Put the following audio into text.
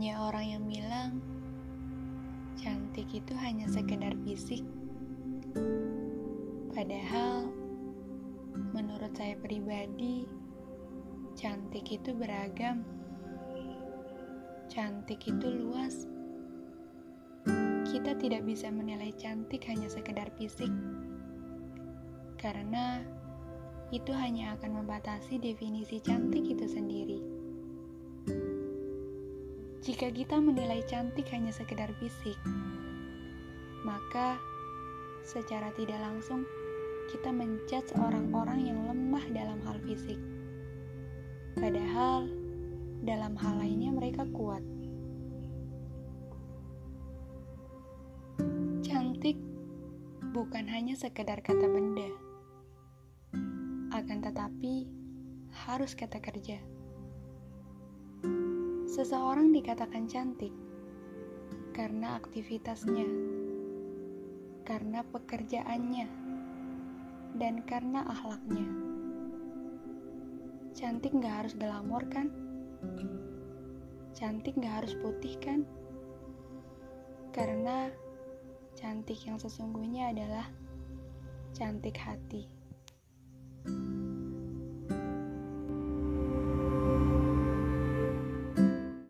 Banyak orang yang bilang cantik itu hanya sekedar fisik. Padahal menurut saya pribadi, cantik itu beragam. Cantik itu luas. Kita tidak bisa menilai cantik hanya sekedar fisik. Karena itu hanya akan membatasi definisi cantik itu sendiri. Jika kita menilai cantik hanya sekedar fisik, maka secara tidak langsung kita menjudge orang-orang yang lemah dalam hal fisik. Padahal dalam hal lainnya mereka kuat. Cantik bukan hanya sekedar kata benda, akan tetapi harus kata kerja. Seseorang dikatakan cantik karena aktivitasnya, karena pekerjaannya, dan karena akhlaknya. Cantik gak harus glamor kan? Cantik gak harus putih kan? Karena cantik yang sesungguhnya adalah cantik hati.